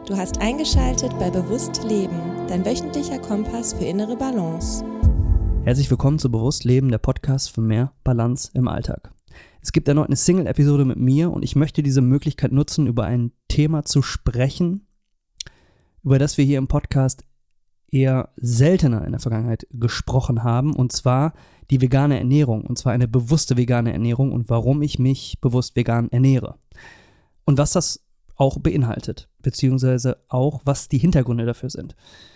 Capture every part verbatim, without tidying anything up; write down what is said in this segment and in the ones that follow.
Du hast eingeschaltet bei Bewusst Leben, dein wöchentlicher Kompass für innere Balance. Herzlich willkommen zu Bewusst Leben, der Podcast für mehr Balance im Alltag. Es gibt erneut eine Single-Episode mit mir und ich möchte diese Möglichkeit nutzen, über ein Thema zu sprechen, über das wir hier im Podcast eher seltener in der Vergangenheit gesprochen haben, und zwar die vegane Ernährung, und zwar eine bewusste vegane Ernährung und warum ich mich bewusst vegan ernähre. Und was das auch beinhaltet, beziehungsweise auch, was die Hintergründe dafür sind.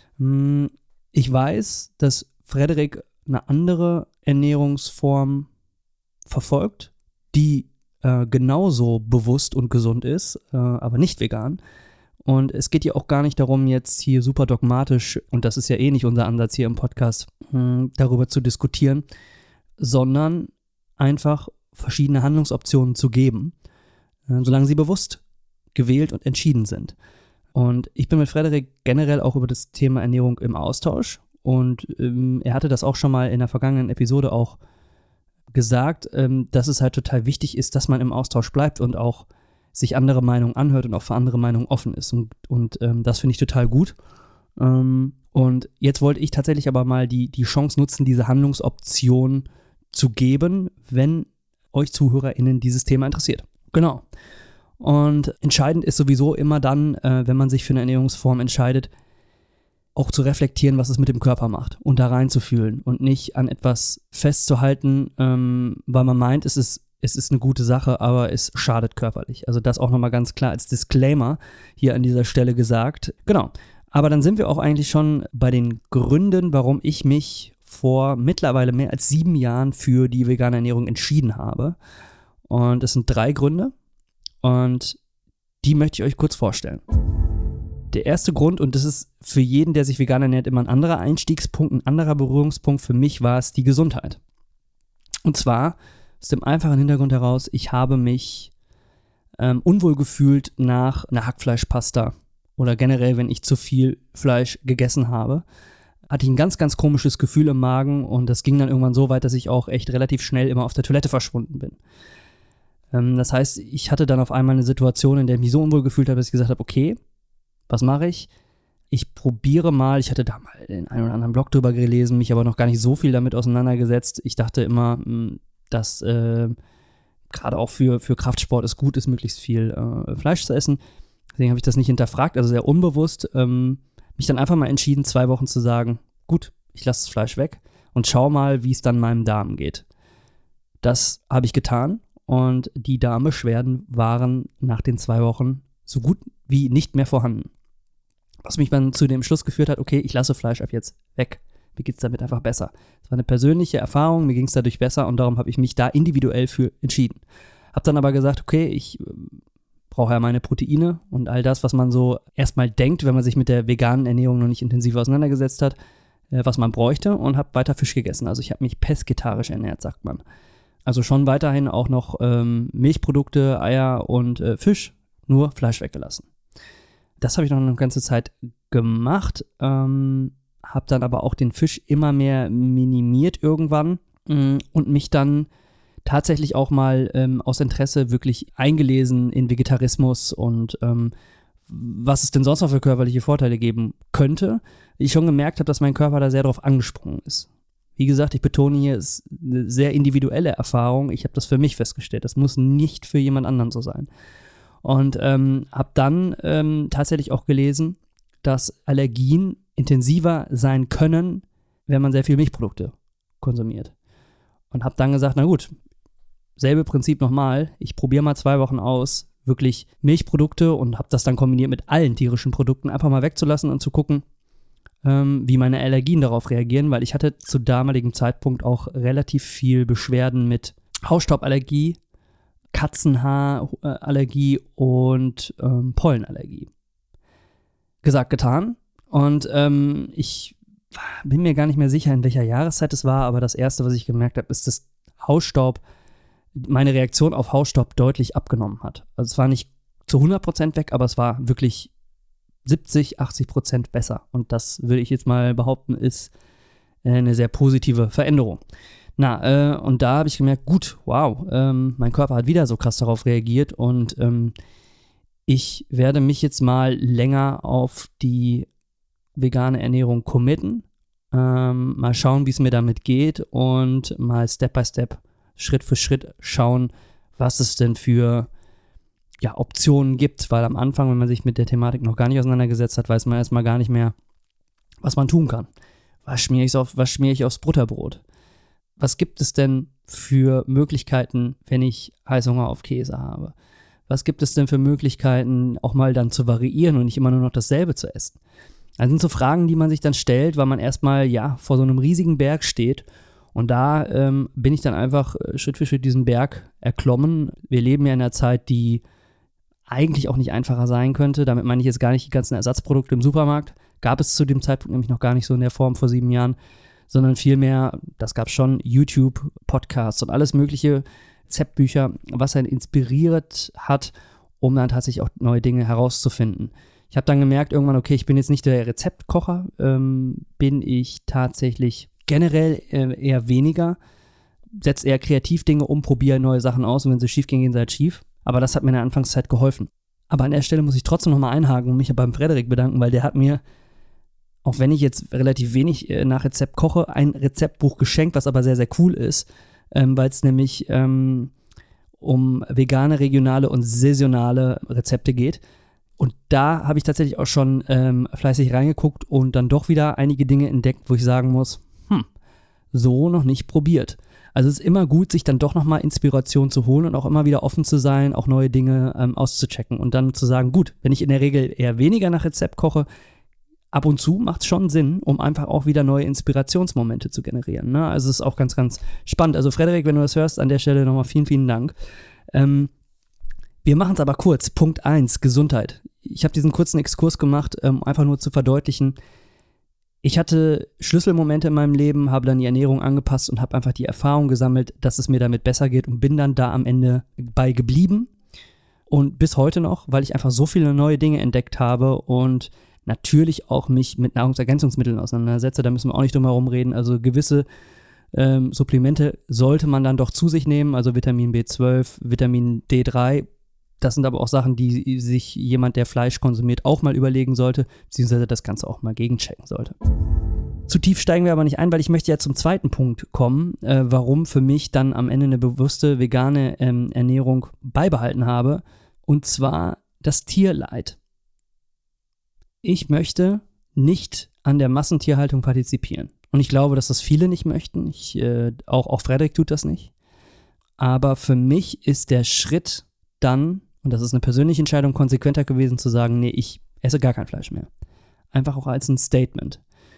Ich weiß, dass Frederik eine andere Ernährungsform verfolgt, die äh, genauso bewusst und gesund ist, äh, aber nicht vegan. Und es geht ja auch gar nicht darum, jetzt hier super dogmatisch, und das ist ja eh nicht unser Ansatz hier im Podcast, mh, darüber zu diskutieren, sondern einfach verschiedene Handlungsoptionen zu geben, äh, solange sie bewusst gewählt und entschieden sind. Und ich bin mit Frederik generell auch über das Thema Ernährung im Austausch, und ähm, er hatte das auch schon mal in der vergangenen Episode auch gesagt, ähm, dass es halt total wichtig ist, dass man im Austausch bleibt und auch sich andere Meinungen anhört und auch für andere Meinungen offen ist. Und, und ähm, das finde ich total gut. Ähm, und jetzt wollte ich tatsächlich aber mal die, die Chance nutzen, diese Handlungsoption zu geben, wenn euch ZuhörerInnen dieses Thema interessiert. Genau. Und entscheidend ist sowieso immer dann, äh, wenn man sich für eine Ernährungsform entscheidet, auch zu reflektieren, was es mit dem Körper macht und da reinzufühlen und nicht an etwas festzuhalten, ähm, weil man meint, es ist, es ist eine gute Sache, aber es schadet körperlich. Also das auch nochmal ganz klar als Disclaimer hier an dieser Stelle gesagt. Genau, aber dann sind wir auch eigentlich schon bei den Gründen, warum ich mich vor mittlerweile mehr als sieben Jahren für die vegane Ernährung entschieden habe. Und es sind drei Gründe. Und die möchte ich euch kurz vorstellen. Der erste Grund, und das ist für jeden, der sich vegan ernährt, immer ein anderer Einstiegspunkt, ein anderer Berührungspunkt, für mich war es die Gesundheit. Und zwar aus dem einfachen Hintergrund heraus, ich habe mich ähm, unwohl gefühlt nach einer Hackfleischpasta oder generell, wenn ich zu viel Fleisch gegessen habe, hatte ich ein ganz, ganz komisches Gefühl im Magen, und das ging dann irgendwann so weit, dass ich auch echt relativ schnell immer auf der Toilette verschwunden bin. Das heißt, ich hatte dann auf einmal eine Situation, in der ich mich so unwohl gefühlt habe, dass ich gesagt habe, okay, was mache ich? Ich probiere mal, ich hatte da mal den einen oder anderen Blog drüber gelesen, mich aber noch gar nicht so viel damit auseinandergesetzt. Ich dachte immer, dass äh, gerade auch für, für Kraftsport es gut ist, möglichst viel äh, Fleisch zu essen. Deswegen habe ich das nicht hinterfragt, also sehr unbewusst. Ähm, mich dann einfach mal entschieden, zwei Wochen zu sagen, gut, ich lasse das Fleisch weg und schau mal, wie es dann meinem Darm geht. Das habe ich getan. Und die Darmbeschwerden waren nach den zwei Wochen so gut wie nicht mehr vorhanden. Was mich dann zu dem Schluss geführt hat, okay, ich lasse Fleisch ab jetzt weg. Mir geht es damit einfach besser. Es war eine persönliche Erfahrung, mir ging es dadurch besser, und darum habe ich mich da individuell für entschieden. Habe dann aber gesagt, okay, ich äh, brauche ja meine Proteine und all das, was man so erstmal denkt, wenn man sich mit der veganen Ernährung noch nicht intensiv auseinandergesetzt hat, äh, was man bräuchte, und habe weiter Fisch gegessen. Also ich habe mich pesketarisch ernährt, sagt man. Also schon weiterhin auch noch ähm, Milchprodukte, Eier und äh, Fisch, nur Fleisch weggelassen. Das habe ich noch eine ganze Zeit gemacht, ähm, habe dann aber auch den Fisch immer mehr minimiert irgendwann mh, und mich dann tatsächlich auch mal ähm, aus Interesse wirklich eingelesen in Vegetarismus und ähm, was es denn sonst noch für körperliche Vorteile geben könnte. Ich schon gemerkt habe, dass mein Körper da sehr drauf angesprungen ist. Wie gesagt, ich betone hier, es ist eine sehr individuelle Erfahrung. Ich habe das für mich festgestellt. Das muss nicht für jemand anderen so sein. Und ähm, habe dann ähm, tatsächlich auch gelesen, dass Allergien intensiver sein können, wenn man sehr viel Milchprodukte konsumiert. Und habe dann gesagt, na gut, selbe Prinzip nochmal. Ich probiere mal zwei Wochen aus, wirklich Milchprodukte, und habe das dann kombiniert mit allen tierischen Produkten einfach mal wegzulassen und zu gucken, wie meine Allergien darauf reagieren, weil ich hatte zu damaligem Zeitpunkt auch relativ viel Beschwerden mit Hausstauballergie, Katzenhaarallergie und ähm, Pollenallergie. Gesagt, getan. Und ähm, ich bin mir gar nicht mehr sicher, in welcher Jahreszeit es war, aber das Erste, was ich gemerkt habe, ist, dass Hausstaub, meine Reaktion auf Hausstaub deutlich abgenommen hat. Also es war nicht zu hundert Prozent weg, aber es war wirklich siebzig, achtzig Prozent besser. Und das würde ich jetzt mal behaupten, ist eine sehr positive Veränderung. Na, äh, und da habe ich gemerkt, gut, wow, ähm, mein Körper hat wieder so krass darauf reagiert, und ähm, ich werde mich jetzt mal länger auf die vegane Ernährung committen, ähm, mal schauen, wie es mir damit geht und mal Step by Step, Schritt für Schritt schauen, was es denn für ja, Optionen gibt, weil am Anfang, wenn man sich mit der Thematik noch gar nicht auseinandergesetzt hat, weiß man erstmal gar nicht mehr, was man tun kann. Was schmiere ich auf, was schmiere ich aufs Butterbrot? Was gibt es denn für Möglichkeiten, wenn ich Heißhunger auf Käse habe? Was gibt es denn für Möglichkeiten, auch mal dann zu variieren und nicht immer nur noch dasselbe zu essen? Das sind so Fragen, die man sich dann stellt, weil man erstmal ja vor so einem riesigen Berg steht. Und da ähm, bin ich dann einfach Schritt für Schritt diesen Berg erklommen. Wir leben ja in einer Zeit, die eigentlich auch nicht einfacher sein könnte. Damit meine ich jetzt gar nicht die ganzen Ersatzprodukte im Supermarkt. Gab es zu dem Zeitpunkt nämlich noch gar nicht so in der Form vor sieben Jahren, sondern vielmehr, das gab es schon, YouTube, Podcasts und alles mögliche, Rezeptbücher, was einen inspiriert hat, um dann tatsächlich auch neue Dinge herauszufinden. Ich habe dann gemerkt irgendwann, okay, ich bin jetzt nicht der Rezeptkocher, ähm, bin ich tatsächlich generell äh, eher weniger, setze eher kreativ Dinge um, probiere neue Sachen aus und wenn sie schief gehen, gehen sie halt schief. Aber das hat mir in der Anfangszeit geholfen. Aber an der Stelle muss ich trotzdem nochmal einhaken und mich beim Frederik bedanken, weil der hat mir, auch wenn ich jetzt relativ wenig äh, nach Rezept koche, ein Rezeptbuch geschenkt, was aber sehr, sehr cool ist, ähm, weil es nämlich ähm, um vegane, regionale und saisonale Rezepte geht. Und da habe ich tatsächlich auch schon ähm, fleißig reingeguckt und dann doch wieder einige Dinge entdeckt, wo ich sagen muss, hm, so noch nicht probiert. Also es ist immer gut, sich dann doch nochmal Inspiration zu holen und auch immer wieder offen zu sein, auch neue Dinge ähm, auszuchecken und dann zu sagen, gut, wenn ich in der Regel eher weniger nach Rezept koche, ab und zu macht es schon Sinn, um einfach auch wieder neue Inspirationsmomente zu generieren. Ne? Also es ist auch ganz, ganz spannend. Also Frederik, wenn du das hörst, an der Stelle nochmal vielen, vielen Dank. Ähm, wir machen es aber kurz. Punkt eins, Gesundheit. Ich habe diesen kurzen Exkurs gemacht, um ähm, einfach nur zu verdeutlichen, ich hatte Schlüsselmomente in meinem Leben, habe dann die Ernährung angepasst und habe einfach die Erfahrung gesammelt, dass es mir damit besser geht und bin dann da am Ende bei geblieben und bis heute noch, weil ich einfach so viele neue Dinge entdeckt habe und natürlich auch mich mit Nahrungsergänzungsmitteln auseinandersetze, da müssen wir auch nicht drum herum reden, also gewisse ähm, Supplemente sollte man dann doch zu sich nehmen, also Vitamin B zwölf, Vitamin D drei, das sind aber auch Sachen, die sich jemand, der Fleisch konsumiert, auch mal überlegen sollte, beziehungsweise das Ganze auch mal gegenchecken sollte. Zu tief steigen wir aber nicht ein, weil ich möchte ja zum zweiten Punkt kommen, äh, warum für mich dann am Ende eine bewusste vegane ähm, Ernährung beibehalten habe, und zwar das Tierleid. Ich möchte nicht an der Massentierhaltung partizipieren. Und ich glaube, dass das viele nicht möchten. Ich, äh, auch, auch Frederik tut das nicht. Aber für mich ist der Schritt dann, und das ist eine persönliche Entscheidung, konsequenter gewesen zu sagen, nee, ich esse gar kein Fleisch mehr. Einfach auch als ein Statement.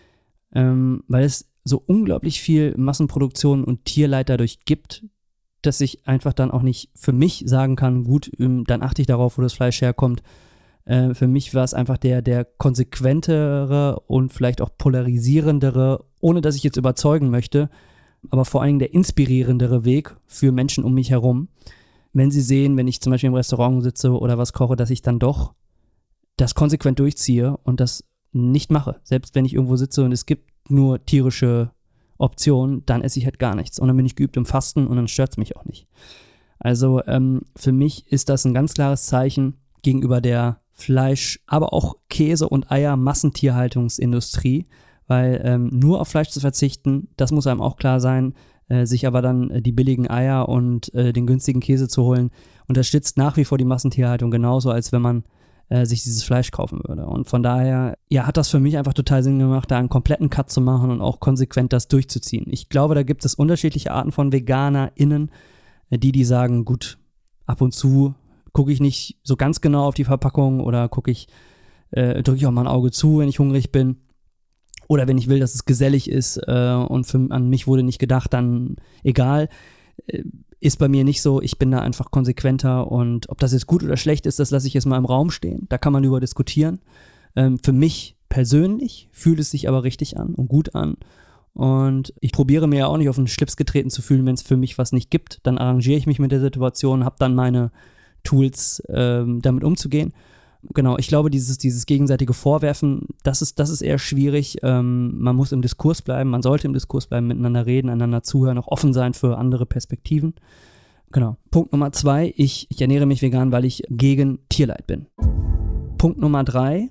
Ähm, weil es so unglaublich viel Massenproduktion und Tierleid dadurch gibt, dass ich einfach dann auch nicht für mich sagen kann, gut, dann achte ich darauf, wo das Fleisch herkommt. Äh, für mich war es einfach der, der konsequentere und vielleicht auch polarisierendere, ohne dass ich jetzt überzeugen möchte, aber vor allen Dingen der inspirierendere Weg für Menschen um mich herum. Wenn sie sehen, wenn ich zum Beispiel im Restaurant sitze oder was koche, dass ich dann doch das konsequent durchziehe und das nicht mache. Selbst wenn ich irgendwo sitze und es gibt nur tierische Optionen, dann esse ich halt gar nichts. Und dann bin ich geübt im Fasten und dann stört es mich auch nicht. Also ähm, für mich ist das ein ganz klares Zeichen gegenüber der Fleisch-, aber auch Käse- und Eier-Massentierhaltungsindustrie, weil ähm, nur auf Fleisch zu verzichten, das muss einem auch klar sein, Äh, sich aber dann äh, die billigen Eier und äh, den günstigen Käse zu holen, unterstützt nach wie vor die Massentierhaltung genauso, als wenn man äh, sich dieses Fleisch kaufen würde. Und von daher, ja, hat das für mich einfach total Sinn gemacht, da einen kompletten Cut zu machen und auch konsequent das durchzuziehen. Ich glaube, da gibt es unterschiedliche Arten von VeganerInnen, äh, die, die sagen, gut, ab und zu gucke ich nicht so ganz genau auf die Verpackung oder gucke ich, äh, drücke ich auch mal ein Auge zu, wenn ich hungrig bin. Oder wenn ich will, dass es gesellig ist äh, und für, an mich wurde nicht gedacht, dann egal. Äh, ist bei mir nicht so. Ich bin da einfach konsequenter und ob das jetzt gut oder schlecht ist, das lasse ich jetzt mal im Raum stehen. Da kann man über diskutieren. Ähm, für mich persönlich fühlt es sich aber richtig an und gut an. Und ich probiere mir ja auch nicht auf den Schlips getreten zu fühlen, wenn es für mich was nicht gibt. Dann arrangiere ich mich mit der Situation, habe dann meine Tools, ähm, damit umzugehen. Genau, ich glaube, dieses, dieses gegenseitige Vorwerfen, das ist, das ist eher schwierig. Ähm, man muss im Diskurs bleiben, man sollte im Diskurs bleiben, miteinander reden, einander zuhören, auch offen sein für andere Perspektiven. Genau. Punkt Nummer zwei, ich, ich ernähre mich vegan, weil ich gegen Tierleid bin. Punkt Nummer drei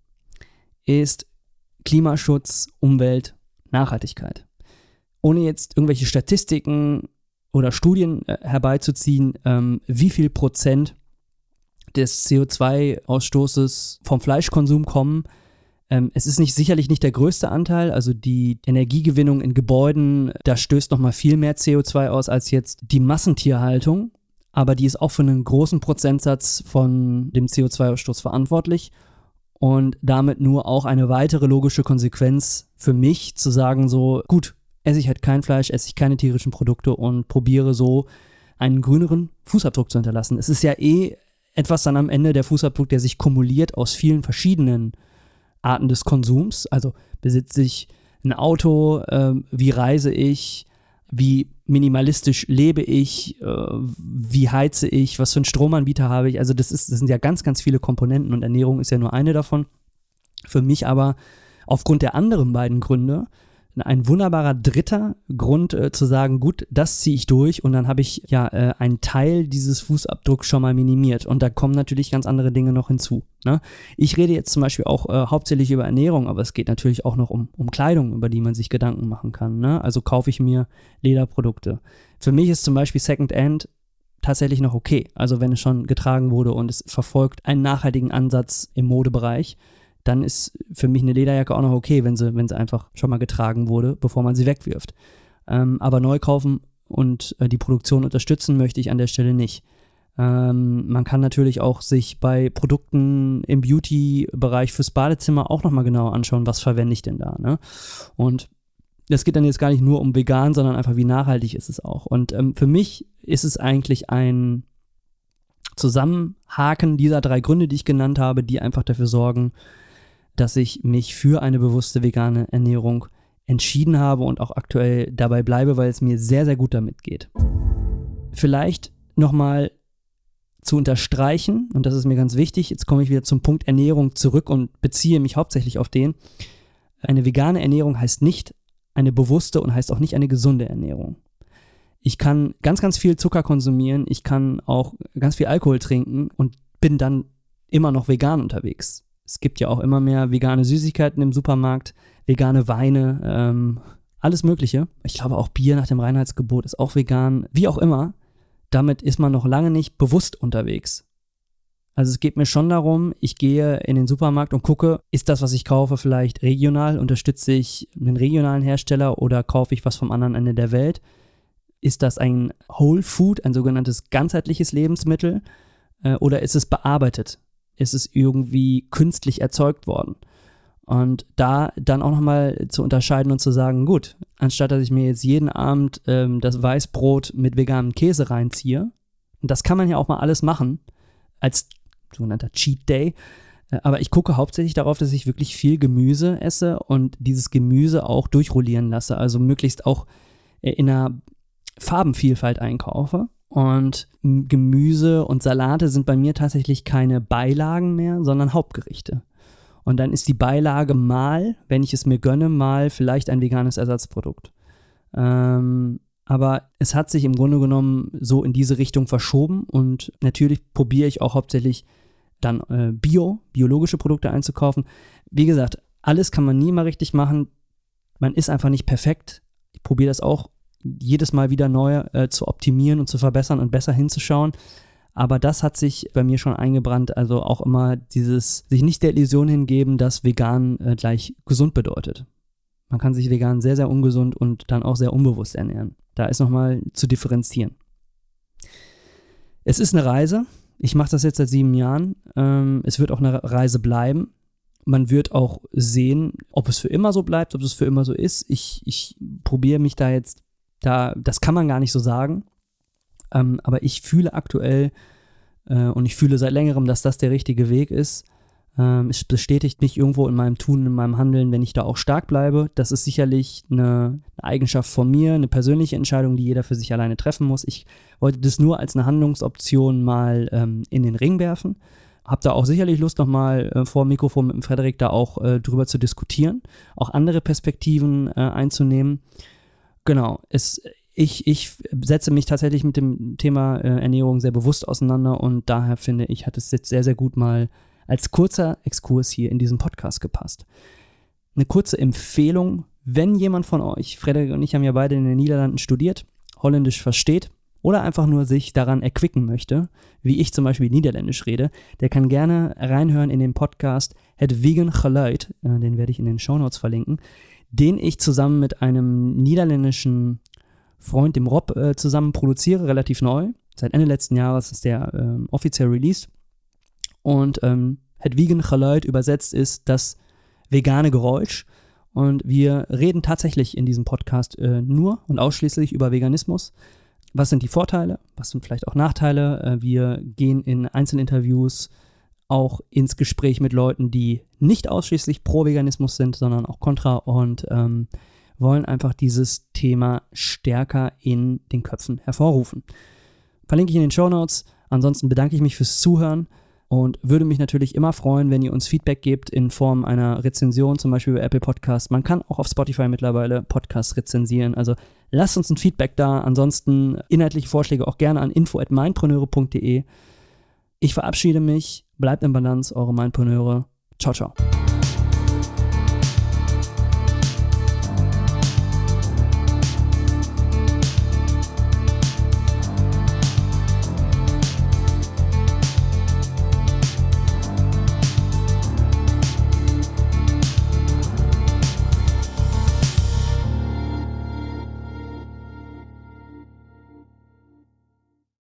ist Klimaschutz, Umwelt, Nachhaltigkeit. Ohne jetzt irgendwelche Statistiken oder Studien äh, herbeizuziehen, ähm, wie viel Prozent des C O zwei Ausstoßes vom Fleischkonsum kommen. Ähm, es ist nicht sicherlich nicht der größte Anteil, also die Energiegewinnung in Gebäuden, da stößt nochmal viel mehr C O zwei aus als jetzt die Massentierhaltung, aber die ist auch für einen großen Prozentsatz von dem C O zwei Ausstoß verantwortlich und damit nur auch eine weitere logische Konsequenz für mich, zu sagen so, gut, esse ich halt kein Fleisch, esse ich keine tierischen Produkte und probiere so einen grüneren Fußabdruck zu hinterlassen. Es ist ja eh etwas dann am Ende der Fußabdruck, der sich kumuliert aus vielen verschiedenen Arten des Konsums. Also besitze ich ein Auto, äh, wie reise ich, wie minimalistisch lebe ich, äh, wie heize ich, was für einen Stromanbieter habe ich. Also das ist, das sind ja ganz, ganz viele Komponenten und Ernährung ist ja nur eine davon. Für mich aber aufgrund der anderen beiden Gründe ein wunderbarer dritter Grund äh, zu sagen, gut, das ziehe ich durch und dann habe ich ja äh, einen Teil dieses Fußabdrucks schon mal minimiert und da kommen natürlich ganz andere Dinge noch hinzu. Ne? Ich rede jetzt zum Beispiel auch äh, hauptsächlich über Ernährung, aber es geht natürlich auch noch um, um Kleidung, über die man sich Gedanken machen kann. Ne? Also kaufe ich mir Lederprodukte. Für mich ist zum Beispiel Secondhand tatsächlich noch okay. Also wenn es schon getragen wurde und es verfolgt einen nachhaltigen Ansatz im Modebereich, dann ist für mich eine Lederjacke auch noch okay, wenn sie, wenn sie einfach schon mal getragen wurde, bevor man sie wegwirft. Ähm, aber neu kaufen und äh, die Produktion unterstützen möchte ich an der Stelle nicht. Ähm, man kann natürlich auch sich bei Produkten im Beauty-Bereich fürs Badezimmer auch nochmal genauer anschauen, was verwende ich denn da. Ne? Und das geht dann jetzt gar nicht nur um vegan, sondern einfach, wie nachhaltig ist es auch. Und ähm, für mich ist es eigentlich ein Zusammenhaken dieser drei Gründe, die ich genannt habe, die einfach dafür sorgen, dass ich mich für eine bewusste vegane Ernährung entschieden habe und auch aktuell dabei bleibe, weil es mir sehr, sehr gut damit geht. Vielleicht nochmal zu unterstreichen, und das ist mir ganz wichtig, jetzt komme ich wieder zum Punkt Ernährung zurück und beziehe mich hauptsächlich auf den. Eine vegane Ernährung heißt nicht eine bewusste und heißt auch nicht eine gesunde Ernährung. Ich kann ganz, ganz viel Zucker konsumieren, ich kann auch ganz viel Alkohol trinken und bin dann immer noch vegan unterwegs. Es gibt ja auch immer mehr vegane Süßigkeiten im Supermarkt, vegane Weine, ähm, alles Mögliche. Ich glaube auch Bier nach dem Reinheitsgebot ist auch vegan, wie auch immer. Damit ist man noch lange nicht bewusst unterwegs. Also es geht mir schon darum, ich gehe in den Supermarkt und gucke, ist das, was ich kaufe, vielleicht regional? Unterstütze ich einen regionalen Hersteller oder kaufe ich was vom anderen Ende der Welt? Ist das ein Whole Food, ein sogenanntes ganzheitliches Lebensmittel? Äh, oder ist es bearbeitet? Ist es irgendwie künstlich erzeugt worden? Und da dann auch nochmal zu unterscheiden und zu sagen, gut, anstatt dass ich mir jetzt jeden Abend ähm, das Weißbrot mit veganem Käse reinziehe, und das kann man ja auch mal alles machen, als sogenannter Cheat Day, äh, aber ich gucke hauptsächlich darauf, dass ich wirklich viel Gemüse esse und dieses Gemüse auch durchrollieren lasse, also möglichst auch äh, in einer Farbenvielfalt einkaufe. Und Gemüse und Salate sind bei mir tatsächlich keine Beilagen mehr, sondern Hauptgerichte. Und dann ist die Beilage mal, wenn ich es mir gönne, mal vielleicht ein veganes Ersatzprodukt. Ähm, aber es hat sich im Grunde genommen so in diese Richtung verschoben und natürlich probiere ich auch hauptsächlich dann äh, Bio, biologische Produkte einzukaufen. Wie gesagt, alles kann man nie mal richtig machen. Man ist einfach nicht perfekt. Ich probiere das auch jedes Mal wieder neu äh, zu optimieren und zu verbessern und besser hinzuschauen. Aber das hat sich bei mir schon eingebrannt, also auch immer dieses, sich nicht der Illusion hingeben, dass vegan äh, gleich gesund bedeutet. Man kann sich vegan sehr, sehr ungesund und dann auch sehr unbewusst ernähren. Da ist nochmal zu differenzieren. Es ist eine Reise. Ich mache das jetzt seit sieben Jahren. Ähm, es wird auch eine Reise bleiben. Man wird auch sehen, ob es für immer so bleibt, ob es für immer so ist. Ich, ich probiere mich da jetzt Da, das kann man gar nicht so sagen, ähm, aber ich fühle aktuell äh, und ich fühle seit längerem, dass das der richtige Weg ist. Ähm, es bestätigt mich irgendwo in meinem Tun, in meinem Handeln, wenn ich da auch stark bleibe. Das ist sicherlich eine, eine Eigenschaft von mir, eine persönliche Entscheidung, die jeder für sich alleine treffen muss. Ich wollte das nur als eine Handlungsoption mal ähm, in den Ring werfen. Hab da auch sicherlich Lust, nochmal äh, vor dem Mikrofon mit dem Frederik da auch äh, drüber zu diskutieren, auch andere Perspektiven äh, einzunehmen. Genau, es ich, ich setze mich tatsächlich mit dem Thema äh, Ernährung sehr bewusst auseinander und daher finde ich, hat es jetzt sehr, sehr gut mal als kurzer Exkurs hier in diesen Podcast gepasst. Eine kurze Empfehlung, wenn jemand von euch, Frederik und ich haben ja beide in den Niederlanden studiert, Holländisch versteht oder einfach nur sich daran erquicken möchte, wie ich zum Beispiel Niederländisch rede, der kann gerne reinhören in den Podcast Het Vegan Geluid, äh, den werde ich in den Shownotes verlinken, den ich zusammen mit einem niederländischen Freund, dem Rob, äh, zusammen produziere, relativ neu. Seit Ende letzten Jahres ist der ähm, offiziell released. Und ähm, Het Vegan Geluid übersetzt ist das vegane Geräusch. Und wir reden tatsächlich in diesem Podcast äh, nur und ausschließlich über Veganismus. Was sind die Vorteile? Was sind vielleicht auch Nachteile? Äh, wir gehen in Einzelinterviews auch ins Gespräch mit Leuten, die nicht ausschließlich pro Veganismus sind, sondern auch kontra und ähm, wollen einfach dieses Thema stärker in den Köpfen hervorrufen. Verlinke ich in den Shownotes. Ansonsten bedanke ich mich fürs Zuhören und würde mich natürlich immer freuen, wenn ihr uns Feedback gebt in Form einer Rezension, zum Beispiel bei Apple Podcasts. Man kann auch auf Spotify mittlerweile Podcasts rezensieren. Also lasst uns ein Feedback da. Ansonsten inhaltliche Vorschläge auch gerne an info at mindpreneure punkt de. Ich verabschiede mich. Bleibt in Balance, eure Mindpreneure. Ciao, ciao.